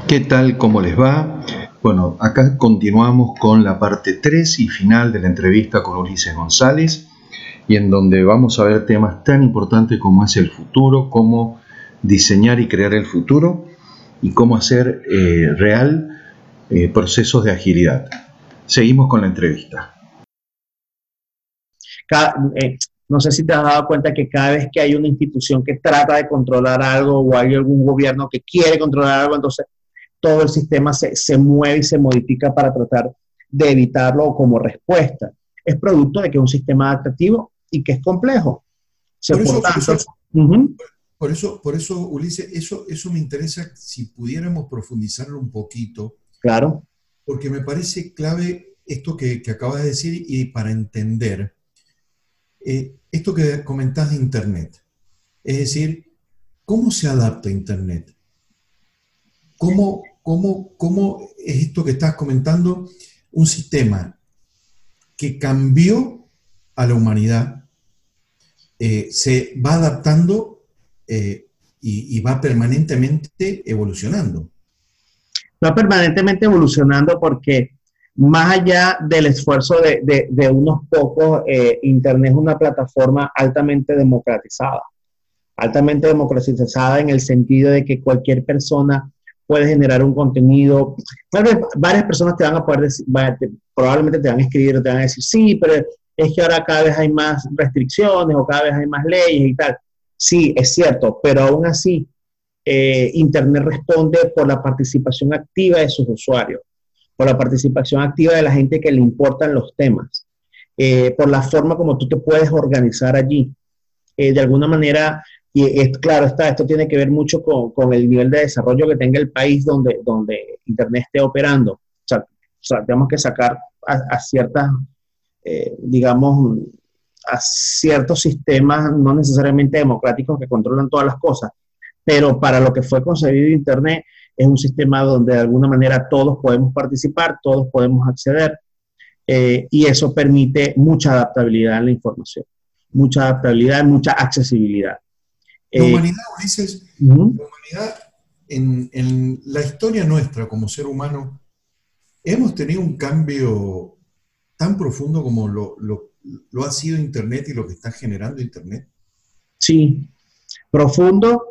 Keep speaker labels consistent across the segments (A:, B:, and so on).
A: ¿Qué tal? ¿Cómo les va? Bueno, acá continuamos con la parte 3 y final de la entrevista con Ulises González, y en donde vamos a ver temas tan importantes como es el futuro, cómo diseñar y crear el futuro y cómo hacer real procesos de agilidad. Seguimos con la entrevista.
B: No sé si te has dado cuenta que cada vez que hay una institución que trata de controlar algo o hay algún gobierno que quiere controlar algo, entonces todo el sistema se mueve y se modifica para tratar de evitarlo como respuesta. Es producto de que es un sistema adaptativo y que es complejo.
C: Por eso, Ulises, eso me interesa si pudiéramos profundizarlo un poquito.
B: Claro.
C: Porque me parece clave esto que acabas de decir y para entender esto que comentás de Internet. Es decir, ¿cómo se adapta Internet? ¿Cómo es esto que estás comentando? Un sistema que cambió a la humanidad, se va adaptando y va permanentemente evolucionando.
B: Va permanentemente evolucionando porque más allá del esfuerzo de unos pocos, Internet es una plataforma altamente democratizada en el sentido de que cualquier persona puede generar un contenido. Varias personas te van a poder decir, probablemente te van a escribir, te van a decir, sí, pero es que ahora cada vez hay más restricciones o cada vez hay más leyes y tal. Sí, es cierto, pero aún así, Internet responde por la participación activa de sus usuarios, por la participación activa de la gente que le importan los temas, por la forma como tú te puedes organizar allí. De alguna manera, claro está, esto tiene que ver mucho con el nivel de desarrollo que tenga el país donde Internet esté operando. O sea, tenemos que sacar a ciertas, digamos, a ciertos sistemas no necesariamente democráticos que controlan todas las cosas, pero para lo que fue concebido Internet es un sistema donde de alguna manera todos podemos participar, todos podemos acceder, y eso permite mucha adaptabilidad en la información, mucha adaptabilidad, mucha accesibilidad.
C: La humanidad, Ulises, la humanidad en la historia nuestra como ser humano, hemos tenido un cambio tan profundo como lo ha sido Internet y lo que está generando Internet.
B: Sí, profundo.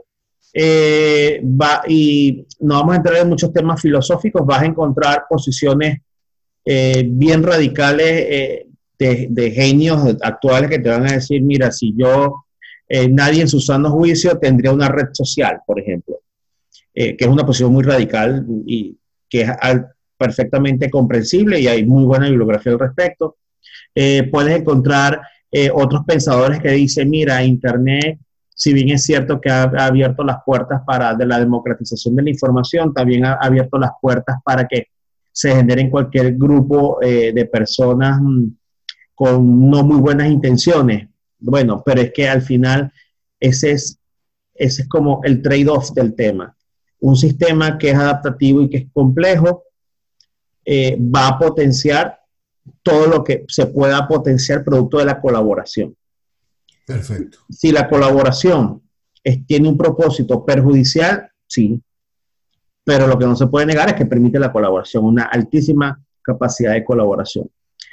B: Y no vamos a entrar en muchos temas filosóficos, vas a encontrar posiciones bien radicales de genios actuales que te van a decir, mira, si nadie en su sano juicio tendría una red social, por ejemplo, que es una posición muy radical y que es perfectamente comprensible y hay muy buena bibliografía al respecto. Puedes encontrar otros pensadores que dicen, mira, Internet, si bien es cierto que ha abierto las puertas de la democratización de la información, también ha abierto las puertas para que se generen cualquier grupo de personas con no muy buenas intenciones. Bueno, pero es que al final ese es como el trade-off del tema. Un sistema que es adaptativo y que es complejo va a potenciar todo lo que se pueda potenciar producto de la colaboración.
C: Perfecto.
B: Si la colaboración tiene un propósito perjudicial, sí, pero lo que no se puede negar es que permite la colaboración, una altísima capacidad de colaboración.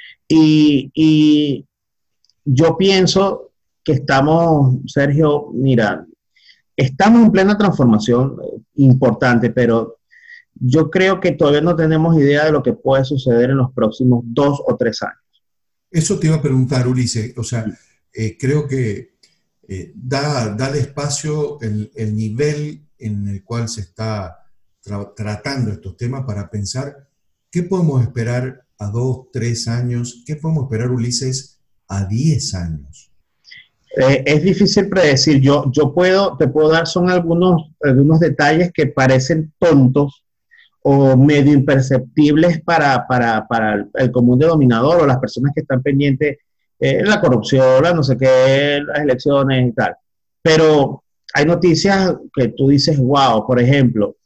B: Y yo pienso que estamos, Sergio, mira, estamos en plena transformación importante, pero yo creo que todavía no tenemos idea de lo que puede suceder en los próximos 2 o 3 años.
C: Eso te iba a preguntar, Ulises. O sea, creo que da espacio el nivel en el cual se está tratando estos temas para pensar qué podemos esperar a 2, 3 años, qué podemos esperar, Ulises, a 10 años.
B: Es difícil predecir. Te puedo dar son algunos detalles que parecen tontos o medio imperceptibles para el común denominador o las personas que están pendientes, la corrupción, no sé qué, las elecciones y tal. Pero hay noticias que tú dices, wow, por ejemplo,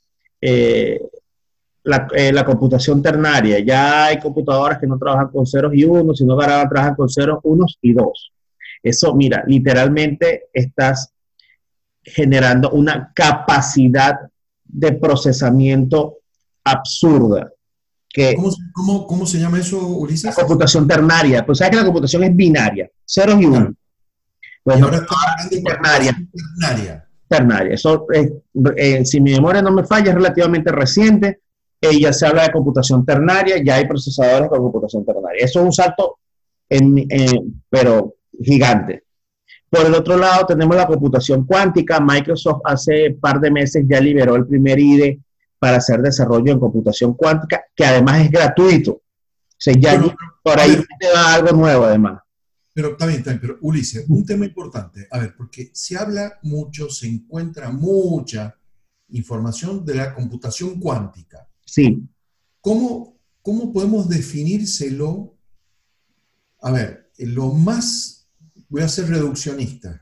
B: la computación ternaria. Ya hay computadoras que no trabajan con ceros y unos, sino que ahora trabajan con ceros, unos y dos. Eso, mira, literalmente estás generando una capacidad de procesamiento absurda. Que
C: ¿Cómo se llama eso,
B: la
C: Ulises?
B: computación ternaria. Pues sabes que la computación es binaria, ceros y unos.
C: Claro.
B: Pues
C: Y
B: no,
C: ahora estamos hablando de
B: ternaria.
C: computación ternaria.
B: Ternaria. Eso es, si mi memoria no me falla, es relativamente reciente. Ya se habla de computación ternaria, ya hay procesadores con computación ternaria. Eso es un salto, pero gigante. Por el otro lado, tenemos la computación cuántica. Microsoft hace un par de meses ya liberó el primer IDE para hacer desarrollo en computación cuántica, que además es gratuito. O sea, ya
C: Bueno,
B: por ahí te da algo nuevo además.
C: pero está bien, pero Ulises, un tema importante, a ver, porque se habla mucho, se encuentra mucha información de la computación cuántica.
B: Sí.
C: ¿Cómo podemos definírselo? A ver, lo más, voy a ser reduccionista.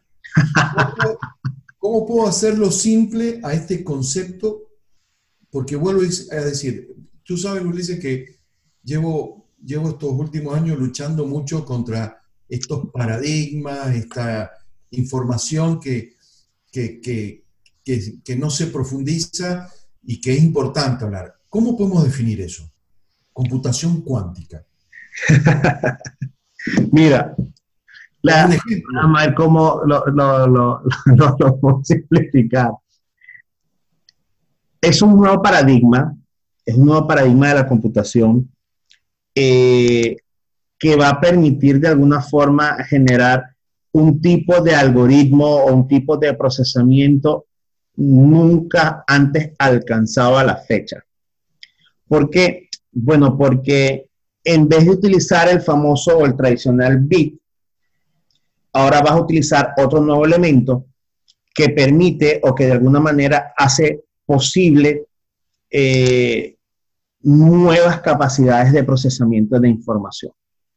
C: ¿Cómo puedo hacerlo simple a este concepto? Porque vuelvo a decir, tú sabes, Ulises, que llevo estos últimos años luchando mucho contra estos paradigmas, esta información que no se profundiza y que es importante hablar. ¿Cómo podemos definir eso? Computación cuántica.
B: Mira,
C: Un ejemplo.
B: a ver cómo lo puedo simplificar. Es un nuevo paradigma, es un nuevo paradigma de la computación que va a permitir de alguna forma generar un tipo de algoritmo o un tipo de procesamiento nunca antes alcanzado a la fecha. ¿Por qué? Bueno, porque en vez de utilizar el famoso o el tradicional bit, ahora vas a utilizar otro nuevo elemento que permite o que de alguna manera hace posible nuevas capacidades de procesamiento de información.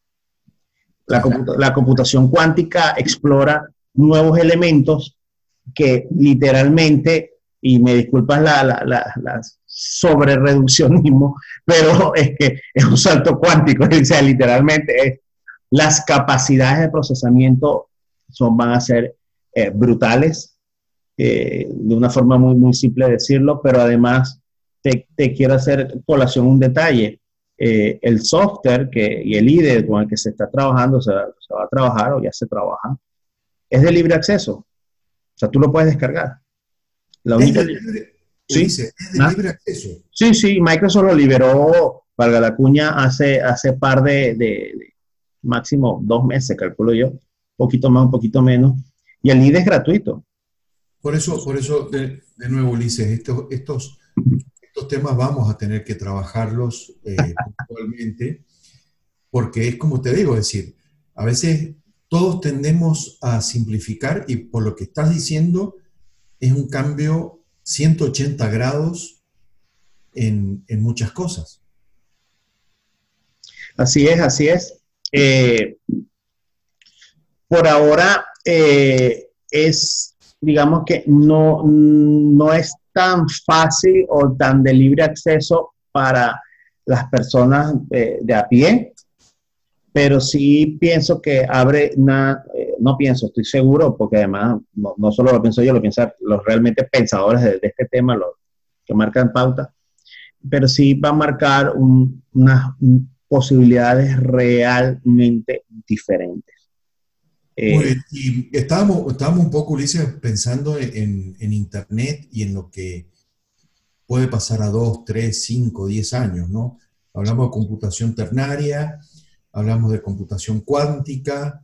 B: La computación cuántica explora nuevos elementos que literalmente, y me disculpas la sobre-reduccionismo, pero es que es un salto cuántico, o sea, literalmente las capacidades de procesamiento van a ser brutales, de una forma muy, muy simple de decirlo, pero además te quiero hacer colación un detalle. El software y el IDE con el que se está trabajando, se va a trabajar o ya se trabaja, es de libre acceso. O sea, tú lo puedes descargar. La única ¿sí?
C: Ulises, es de libre acceso.
B: Sí, sí, Microsoft lo liberó, valga la cuña, hace par de máximo 2 meses, calculo yo, un poquito más, un poquito menos, y el IDE es gratuito.
C: Por eso de nuevo, Ulises, estos temas vamos a tener que trabajarlos puntualmente, porque es como te digo, es decir, a veces todos tendemos a simplificar y por lo que estás diciendo es un cambio 180 grados en muchas cosas.
B: Así es, así es. Por ahora es, digamos que no es tan fácil o tan de libre acceso para las personas de a pie, pero sí pienso que abre no pienso, estoy seguro, porque además no solo lo pienso yo, lo piensan los realmente pensadores de este tema, los que marcan pauta, pero sí va a marcar unas posibilidades realmente diferentes.
C: Muy bien. Y estábamos un poco, Ulises, pensando en Internet y en lo que puede pasar a 2, 3, 5, 10 años, ¿no? Hablamos de computación ternaria, hablamos de computación cuántica.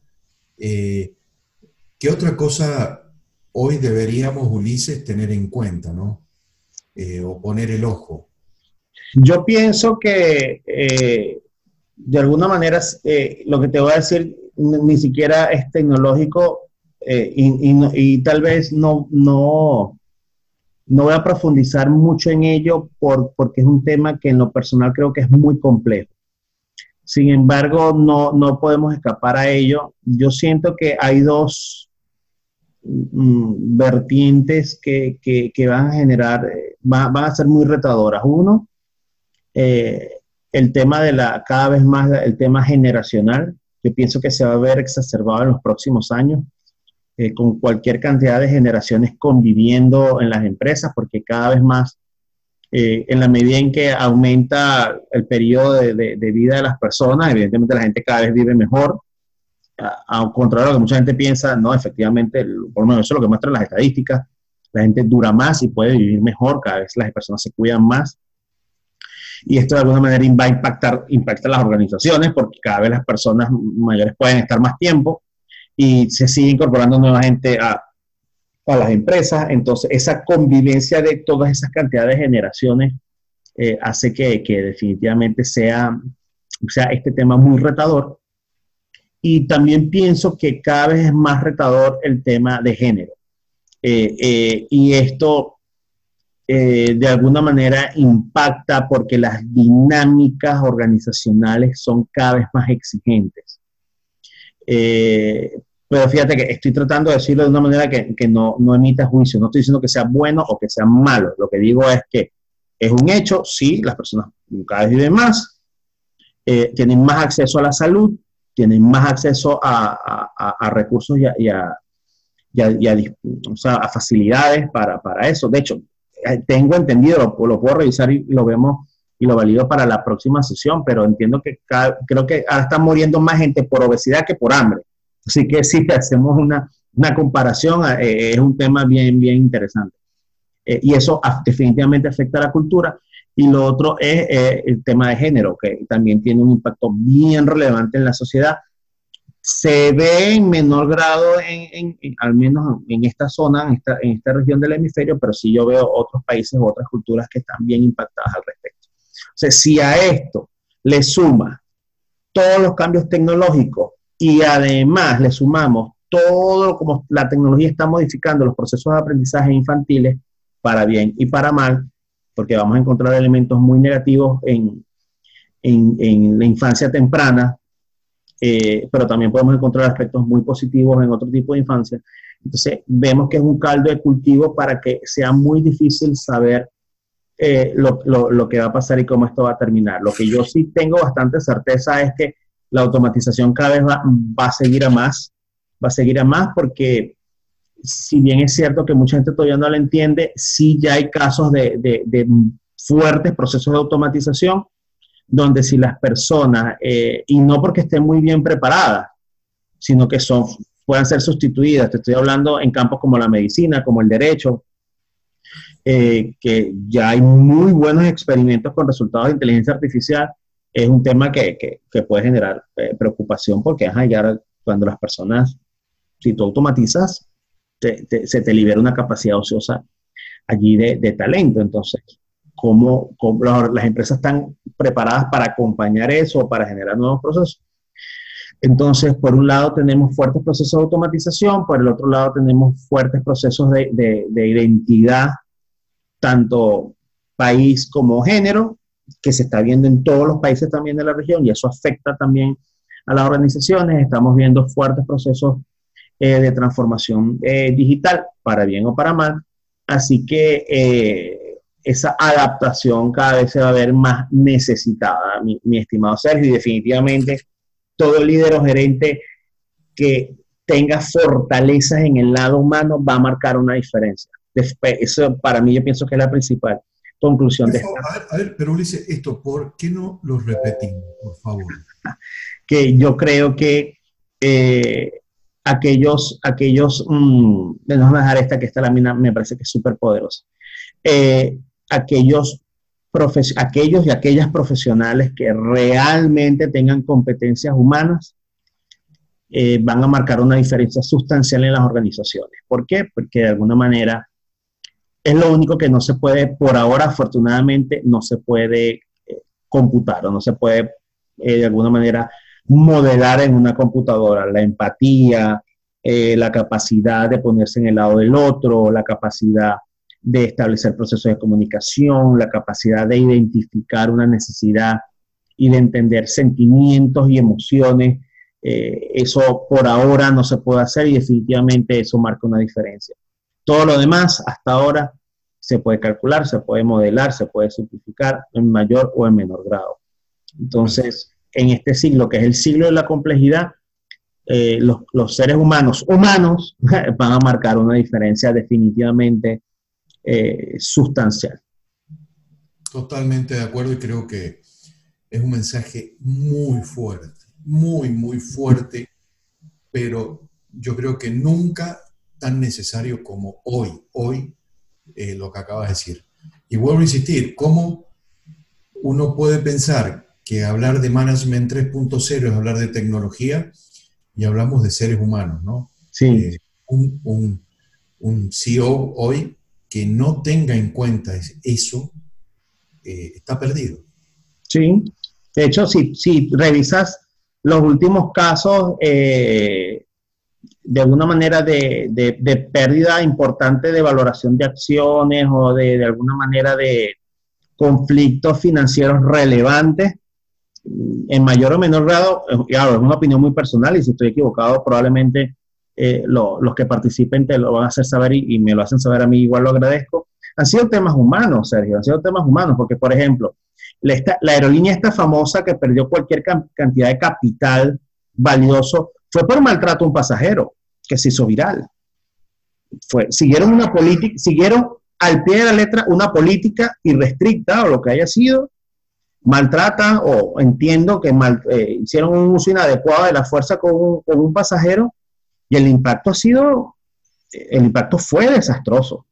C: ¿Qué otra cosa hoy deberíamos, Ulises, tener en cuenta, ¿no? O poner el ojo.
B: Yo pienso que de alguna manera lo que te voy a decir ni siquiera es tecnológico y tal vez no voy a profundizar mucho en ello porque es un tema que en lo personal creo que es muy complejo. Sin embargo, no podemos escapar a ello. Yo siento que hay dos vertientes que van a generar, van a ser muy retadoras. Uno, el tema cada vez más el tema generacional, que pienso que se va a ver exacerbado en los próximos años, con cualquier cantidad de generaciones conviviendo en las empresas, porque cada vez más En la medida en que aumenta el periodo de vida de las personas, evidentemente la gente cada vez vive mejor, al contrario de lo que mucha gente piensa, no, efectivamente, por lo menos eso es lo que muestran las estadísticas, la gente dura más y puede vivir mejor, cada vez las personas se cuidan más, y esto de alguna manera va a impacta las organizaciones, porque cada vez las personas mayores pueden estar más tiempo, y se sigue incorporando nueva gente a las empresas. Entonces esa convivencia de todas esas cantidades de generaciones hace que definitivamente sea este tema muy retador. Y también pienso que cada vez es más retador el tema de género. Y esto de alguna manera impacta porque las dinámicas organizacionales son cada vez más exigentes. Pero fíjate que estoy tratando de decirlo de una manera que no emita juicio. No estoy diciendo que sea bueno o que sea malo. Lo que digo es que es un hecho, sí, las personas cada vez viven más, tienen más acceso a la salud, tienen más acceso a recursos a facilidades para eso. De hecho, tengo entendido, lo puedo revisar y lo vemos y lo valido para la próxima sesión, pero entiendo que creo que ahora está muriendo más gente por obesidad que por hambre. Así que si hacemos una comparación, es un tema bien interesante. Y eso definitivamente afecta a la cultura. Y lo otro es el tema de género, que también tiene un impacto bien relevante en la sociedad. Se ve en menor grado, al menos en esta zona, en esta región del hemisferio, pero sí yo veo otros países u otras culturas que están bien impactadas al respecto. O sea, si a esto le suma todos los cambios tecnológicos y además le sumamos todo como la tecnología está modificando los procesos de aprendizaje infantiles, para bien y para mal, porque vamos a encontrar elementos muy negativos en la infancia temprana, pero también podemos encontrar aspectos muy positivos en otro tipo de infancia. Entonces vemos que es un caldo de cultivo para que sea muy difícil saber lo que va a pasar y cómo esto va a terminar. Lo que yo sí tengo bastante certeza es que la automatización cada vez va a seguir a más, porque si bien es cierto que mucha gente todavía no la entiende, sí ya hay casos de fuertes procesos de automatización donde si las personas, y no porque estén muy bien preparadas, sino que puedan ser sustituidas. Te estoy hablando en campos como la medicina, como el derecho, que ya hay muy buenos experimentos con resultados de inteligencia artificial. Es un tema que puede generar preocupación porque ya cuando las personas, si tú automatizas, se te libera una capacidad ociosa allí de talento. Entonces, ¿cómo las empresas están preparadas para acompañar eso, para generar nuevos procesos? Entonces, por un lado tenemos fuertes procesos de automatización, por el otro lado tenemos fuertes procesos de identidad, tanto país como género, que se está viendo en todos los países también de la región, y eso afecta también a las organizaciones. Estamos viendo fuertes procesos de transformación digital, para bien o para mal. Así que esa adaptación cada vez se va a ver más necesitada, mi estimado Sergio, y definitivamente todo líder o gerente que tenga fortalezas en el lado humano va a marcar una diferencia. Eso para mí yo pienso que es la principal conclusión de esta.
C: A ver, pero Ulises, ¿por qué no lo repetimos, por favor?
B: Que yo creo que aquellos déjame dejar que esta lámina me parece que es súper poderosa. Aquellos y aquellas profesionales que realmente tengan competencias humanas van a marcar una diferencia sustancial en las organizaciones. ¿Por qué? Porque de alguna manera es lo único que no se puede, por ahora afortunadamente, no se puede computar o no se puede de alguna manera modelar en una computadora. La empatía, la capacidad de ponerse en el lado del otro, la capacidad de establecer procesos de comunicación, la capacidad de identificar una necesidad y de entender sentimientos y emociones. Eso por ahora no se puede hacer y definitivamente eso marca una diferencia. Todo lo demás hasta ahora se puede calcular, se puede modelar, se puede simplificar en mayor o en menor grado. Entonces, en este siglo, que es el siglo de la complejidad, los seres humanos van a marcar una diferencia definitivamente sustancial.
C: Totalmente de acuerdo y creo que es un mensaje muy fuerte, muy, muy fuerte, pero yo creo que nunca tan necesario como hoy, lo que acabas de decir. Y vuelvo a insistir, ¿cómo uno puede pensar que hablar de Management 3.0 es hablar de tecnología y hablamos de seres humanos, ¿no?
B: Sí.
C: Un CEO hoy que no tenga en cuenta eso, está perdido.
B: Sí, de hecho, si revisas los últimos casos, de alguna manera de pérdida importante de valoración de acciones o de alguna manera de conflictos financieros relevantes, en mayor o menor grado, claro, es una opinión muy personal y si estoy equivocado, probablemente los que participen te lo van a hacer saber y me lo hacen saber a mí, igual lo agradezco. Han sido temas humanos, Sergio, han sido temas humanos, porque, por ejemplo, la aerolínea esta famosa que perdió cualquier cantidad de capital valioso fue por maltrato a un pasajero que se hizo viral. Siguieron al pie de la letra una política irrestricta o lo que haya sido, maltratan o entiendo que hicieron un uso inadecuado de la fuerza con un pasajero y el impacto fue desastroso.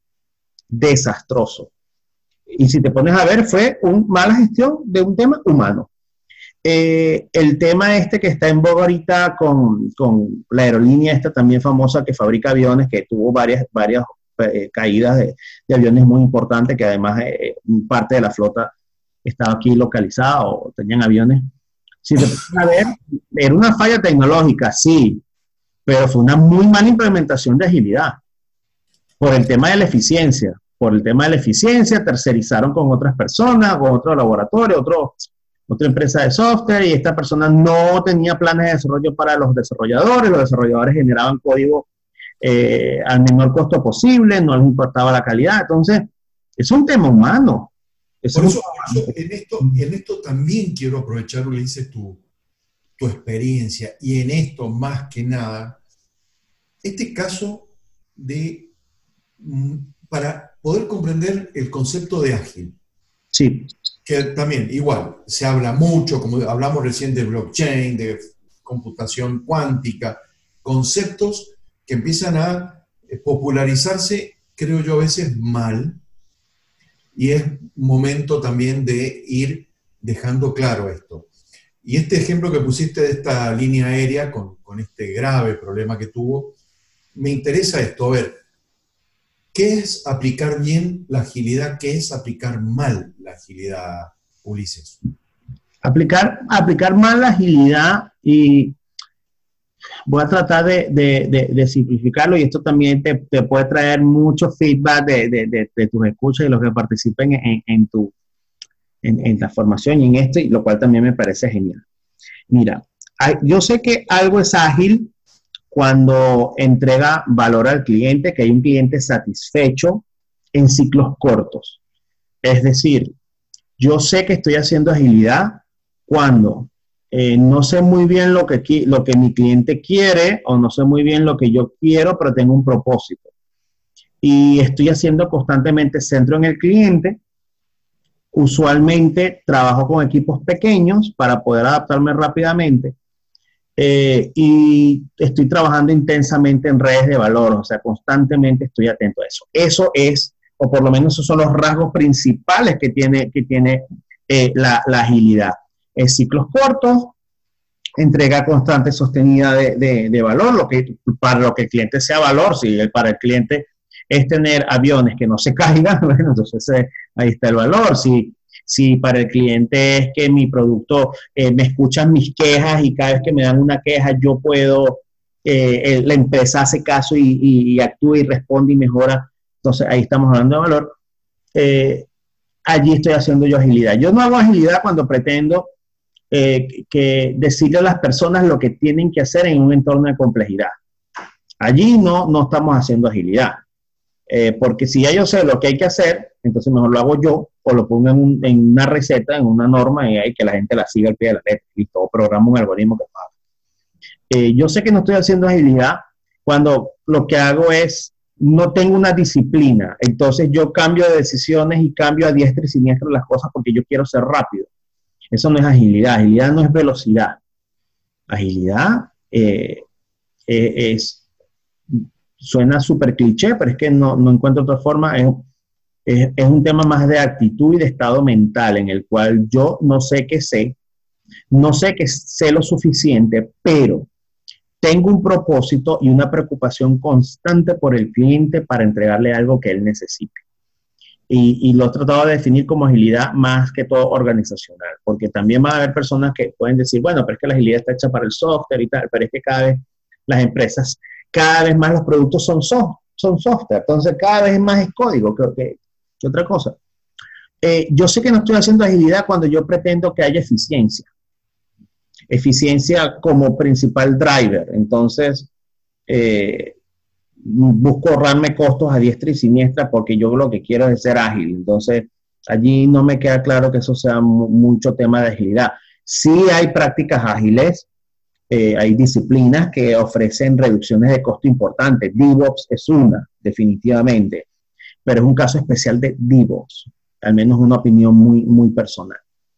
B: Y si te pones a ver, fue una mala gestión de un tema humano. El tema este que está en boga ahorita con la aerolínea esta también famosa que fabrica aviones, que tuvo varias caídas de aviones muy importantes, que además parte de la flota estaba aquí localizada o tenían aviones. Si te pones a ver, era una falla tecnológica, sí, pero fue una muy mala implementación de agilidad por el tema de la eficiencia. Por el tema de la eficiencia, tercerizaron con otras personas, con otro laboratorio, otra empresa de software, y esta persona no tenía planes de desarrollo para los desarrolladores generaban código al menor costo posible, no les importaba la calidad, entonces es un tema humano.
C: Por eso en esto también quiero aprovechar, Ulises, tu experiencia, y en esto más que nada, este caso para poder comprender el concepto de ágil.
B: Sí.
C: Que también, igual, se habla mucho, como hablamos recién de blockchain, de computación cuántica, conceptos que empiezan a popularizarse, creo yo, a veces mal, y es momento también de ir dejando claro esto. Y este ejemplo que pusiste de esta línea aérea con este grave problema que tuvo, me interesa esto, a ver, ¿qué es aplicar bien la agilidad? ¿Qué es aplicar mal la agilidad, Ulises?
B: Aplicar mal la agilidad, y voy a tratar de simplificarlo, y esto también te puede traer mucho feedback de tus escuchas y los que participen en la formación y en esto, y lo cual también me parece genial. Mira, yo sé que algo es ágil cuando entrega valor al cliente, que hay un cliente satisfecho en ciclos cortos. Es decir, yo sé que estoy haciendo agilidad cuando no sé muy bien lo que mi cliente quiere, o no sé muy bien lo que yo quiero, pero tengo un propósito. Y estoy haciendo constantemente centro en el cliente. Usualmente trabajo con equipos pequeños para poder adaptarme rápidamente. Y estoy trabajando intensamente en redes de valor, o sea, constantemente estoy atento a eso. Eso es, o por lo menos esos son los rasgos principales que tiene la agilidad. Ciclos cortos, entrega constante sostenida de valor, para lo que el cliente sea valor. Si para el cliente es tener aviones que no se caigan, bueno, entonces ahí está el valor. Si para el cliente es que mi producto me escuchan mis quejas y cada vez que me dan una queja yo puedo, la empresa hace caso y actúa y responde y mejora, entonces ahí estamos hablando de valor. Allí estoy haciendo yo agilidad. Yo no hago agilidad cuando pretendo que decirle a las personas lo que tienen que hacer en un entorno de complejidad. Allí no estamos haciendo agilidad. Porque si ya yo sé lo que hay que hacer, entonces mejor lo hago yo, o lo pongo en una receta, en una norma, y hay que la gente la siga al pie de la letra, y todo programa un algoritmo que haga. Yo sé que no estoy haciendo agilidad cuando lo que hago es no tengo una disciplina. Entonces yo cambio de decisiones y cambio a diestra y siniestra las cosas porque yo quiero ser rápido. Eso no es agilidad. Agilidad no es velocidad. Agilidad es, suena súper cliché, pero es que no encuentro otra forma. Es un tema más de actitud y de estado mental en el cual yo no sé qué sé, no sé que sé lo suficiente, pero tengo un propósito y una preocupación constante por el cliente para entregarle algo que él necesite. Y lo he tratado de definir como agilidad más que todo organizacional, porque también va a haber personas que pueden decir, bueno, pero es que la agilidad está hecha para el software y tal, pero es que cada vez las empresas, cada vez más los productos son software, entonces cada vez más es código que otra cosa. Yo sé que no estoy haciendo agilidad cuando yo pretendo que haya eficiencia. Eficiencia como principal driver. Entonces, busco ahorrarme costos a diestra y siniestra porque yo lo que quiero es ser ágil. Entonces, allí no me queda claro que eso sea mucho tema de agilidad. Sí hay prácticas ágiles, hay disciplinas que ofrecen reducciones de costo importantes. DevOps es una, definitivamente, pero es un caso especial de DevOps, al menos una opinión muy personal.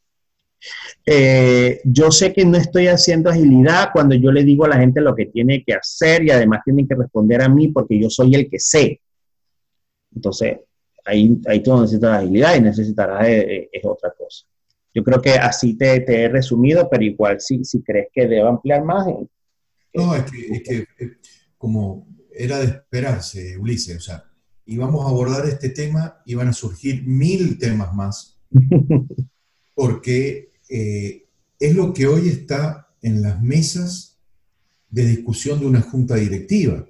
B: Yo sé que no estoy haciendo agilidad cuando yo le digo a la gente lo que tiene que hacer y además tienen que responder a mí porque yo soy el que sé. Entonces, ahí tú no necesitas agilidad y necesitarás es otra cosa. Yo creo que así te he resumido, pero igual si crees que debo ampliar más.
C: No, es que como era de esperarse, Ulises, o sea, íbamos a abordar este tema, iban a surgir 1000 temas más, porque es lo que hoy está en las mesas de discusión de una junta directiva,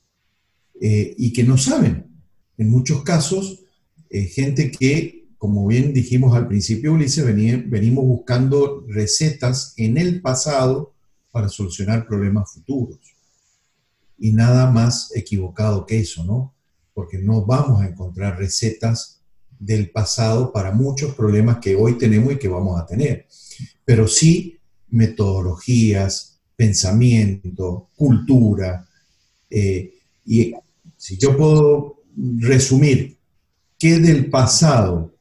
C: y que no saben. En muchos casos, gente que, como bien dijimos al principio, Ulises, venimos buscando recetas en el pasado para solucionar problemas futuros. Y nada más equivocado que eso, ¿no? Porque no vamos a encontrar recetas del pasado para muchos problemas que hoy tenemos y que vamos a tener. Pero sí metodologías, pensamiento, cultura. Y si yo puedo resumir qué del pasado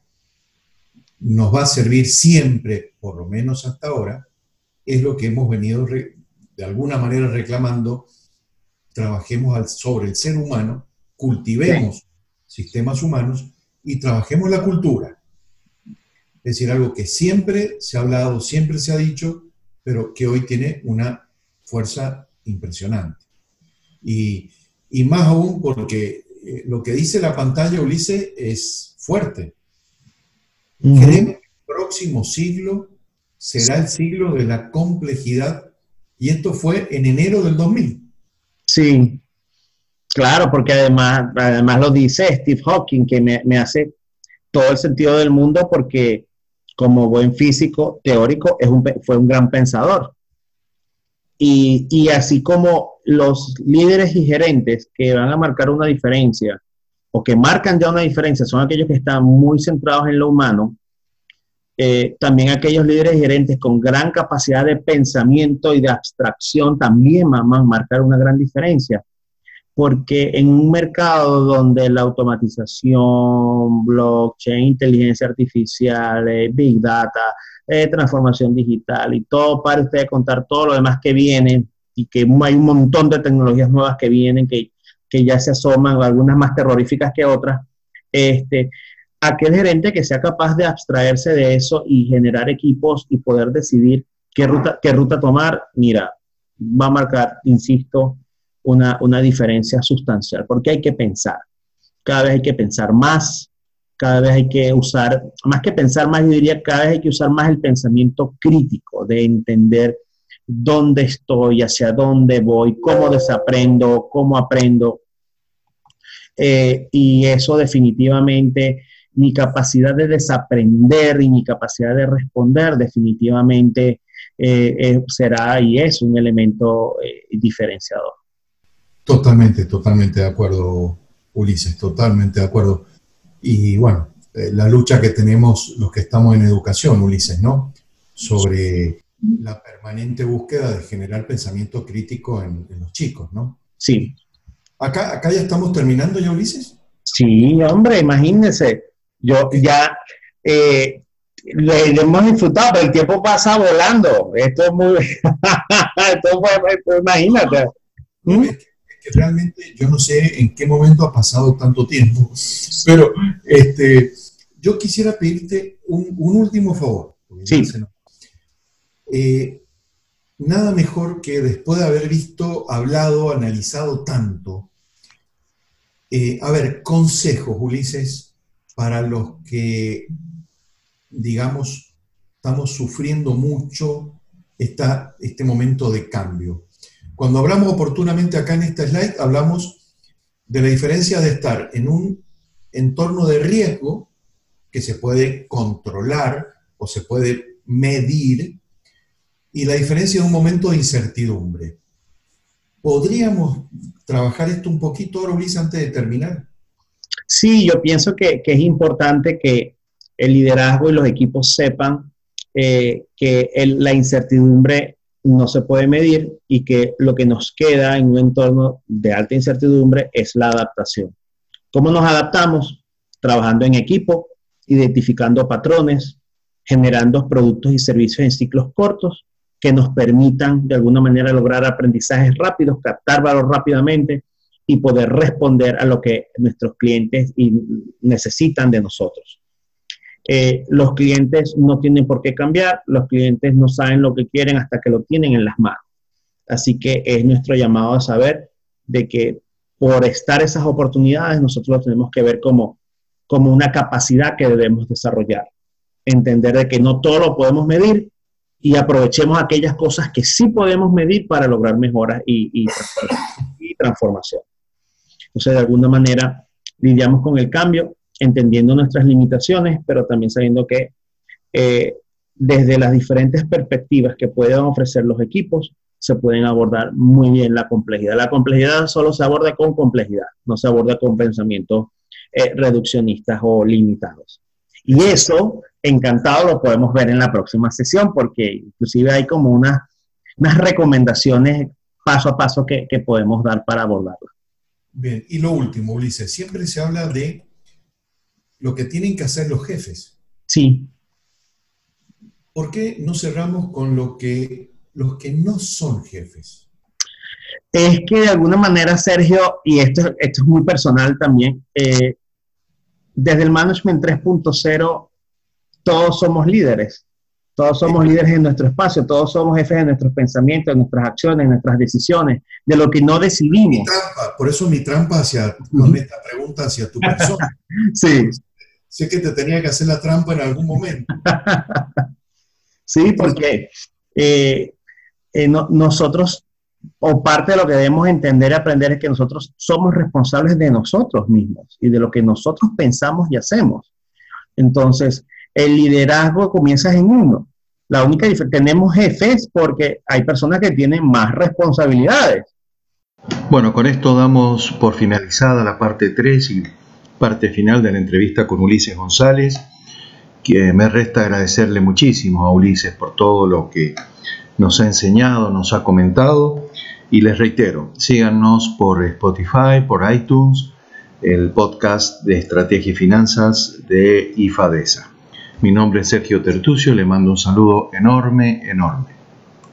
C: nos va a servir siempre, por lo menos hasta ahora, es lo que hemos venido de alguna manera reclamando. Trabajemos sobre el ser humano, cultivemos sistemas humanos y trabajemos la cultura. Es decir, algo que siempre se ha hablado, siempre se ha dicho, pero que hoy tiene una fuerza impresionante. Y más aún porque lo que dice la pantalla, Ulises, es fuerte. Creemos que el próximo siglo será el siglo de la complejidad, y esto fue en enero del 2000.
B: Sí, claro, porque además lo dice Steve Hawking, que me hace todo el sentido del mundo porque como buen físico teórico fue un gran pensador. Y así como los líderes y gerentes que van a marcar una diferencia o que marcan ya una diferencia son aquellos que están muy centrados en lo humano, también aquellos líderes y gerentes con gran capacidad de pensamiento y de abstracción también van a marcar una gran diferencia. Porque en un mercado donde la automatización, blockchain, inteligencia artificial, big data, transformación digital y todo, para usted contar todo lo demás que viene y que hay un montón de tecnologías nuevas que vienen, que ya se asoman, algunas más terroríficas que otras, aquel gerente que sea capaz de abstraerse de eso y generar equipos y poder decidir qué ruta tomar, mira, va a marcar, insisto, una diferencia sustancial, porque hay que pensar, cada vez hay que pensar más, cada vez hay que usar, más que pensar más, yo diría, cada vez hay que usar más el pensamiento crítico, de entender dónde estoy, hacia dónde voy, cómo desaprendo, cómo aprendo, y eso definitivamente, mi capacidad de desaprender y mi capacidad de responder definitivamente será y es un elemento diferenciador.
C: Totalmente de acuerdo, Ulises, totalmente de acuerdo. Y bueno, la lucha que tenemos los que estamos en educación, Ulises, ¿no? Sobre la permanente búsqueda de generar pensamiento crítico en los chicos, ¿no?
B: Sí.
C: Acá ya estamos terminando, ¿ya, Ulises?
B: Sí, hombre, imagínense. Yo ya le hemos disfrutado, pero el tiempo pasa volando. Esto es muy... imagínate.
C: No, es que realmente yo no sé en qué momento ha pasado tanto tiempo, pero yo quisiera pedirte un último favor.
B: Sí.
C: Nada mejor que después de haber visto, hablado, analizado tanto, a ver, consejos, Ulises, para los que, digamos, estamos sufriendo mucho este momento de cambio. Cuando hablamos oportunamente acá en esta slide, hablamos de la diferencia de estar en un entorno de riesgo que se puede controlar o se puede medir y la diferencia de un momento de incertidumbre. ¿Podríamos trabajar esto un poquito ahora, Ulises, antes de terminar?
B: Sí, yo pienso que es importante que el liderazgo y los equipos sepan que la incertidumbre no se puede medir y que lo que nos queda en un entorno de alta incertidumbre es la adaptación. ¿Cómo nos adaptamos? Trabajando en equipo, identificando patrones, generando productos y servicios en ciclos cortos que nos permitan de alguna manera lograr aprendizajes rápidos, captar valor rápidamente y poder responder a lo que nuestros clientes necesitan de nosotros. Los clientes no tienen por qué cambiar, los clientes no saben lo que quieren hasta que lo tienen en las manos. Así que es nuestro llamado a saber de que por estar esas oportunidades nosotros lo tenemos que ver como una capacidad que debemos desarrollar. Entender de que no todo lo podemos medir y aprovechemos aquellas cosas que sí podemos medir para lograr mejoras y transformación. Entonces, de alguna manera, lidiamos con el cambio, entendiendo nuestras limitaciones, pero también sabiendo que desde las diferentes perspectivas que puedan ofrecer los equipos, se pueden abordar muy bien la complejidad. La complejidad solo se aborda con complejidad, no se aborda con pensamientos reduccionistas o limitados. Y eso, encantado, lo podemos ver en la próxima sesión, porque inclusive hay como unas recomendaciones paso a paso que podemos dar para abordarla.
C: Bien, y lo último, Ulises, siempre se habla de lo que tienen que hacer los jefes.
B: Sí.
C: ¿Por qué no cerramos con los que no son jefes?
B: Es que de alguna manera, Sergio, y esto es muy personal también, desde el Management 3.0 todos somos líderes. Todos somos líderes en nuestro espacio, todos somos jefes de nuestros pensamientos, de nuestras acciones, de nuestras decisiones, de lo que no decidimos.
C: Por eso mi trampa con esta pregunta hacia tu persona.
B: Sí.
C: Sé que te tenía que hacer la trampa en algún momento.
B: Sí, porque nosotros, o parte de lo que debemos entender y aprender es que nosotros somos responsables de nosotros mismos y de lo que nosotros pensamos y hacemos. Entonces, el liderazgo comienza en uno. La única diferencia, tenemos jefes porque hay personas que tienen más responsabilidades.
A: Bueno, con esto damos por finalizada la parte 3 y parte final de la entrevista con Ulises González, que me resta agradecerle muchísimo a Ulises por todo lo que nos ha enseñado, nos ha comentado, y les reitero, síganos por Spotify, por iTunes, el podcast de Estrategia y Finanzas de IFADESA. Mi nombre es Sergio Tertucio, le mando un saludo enorme, enorme.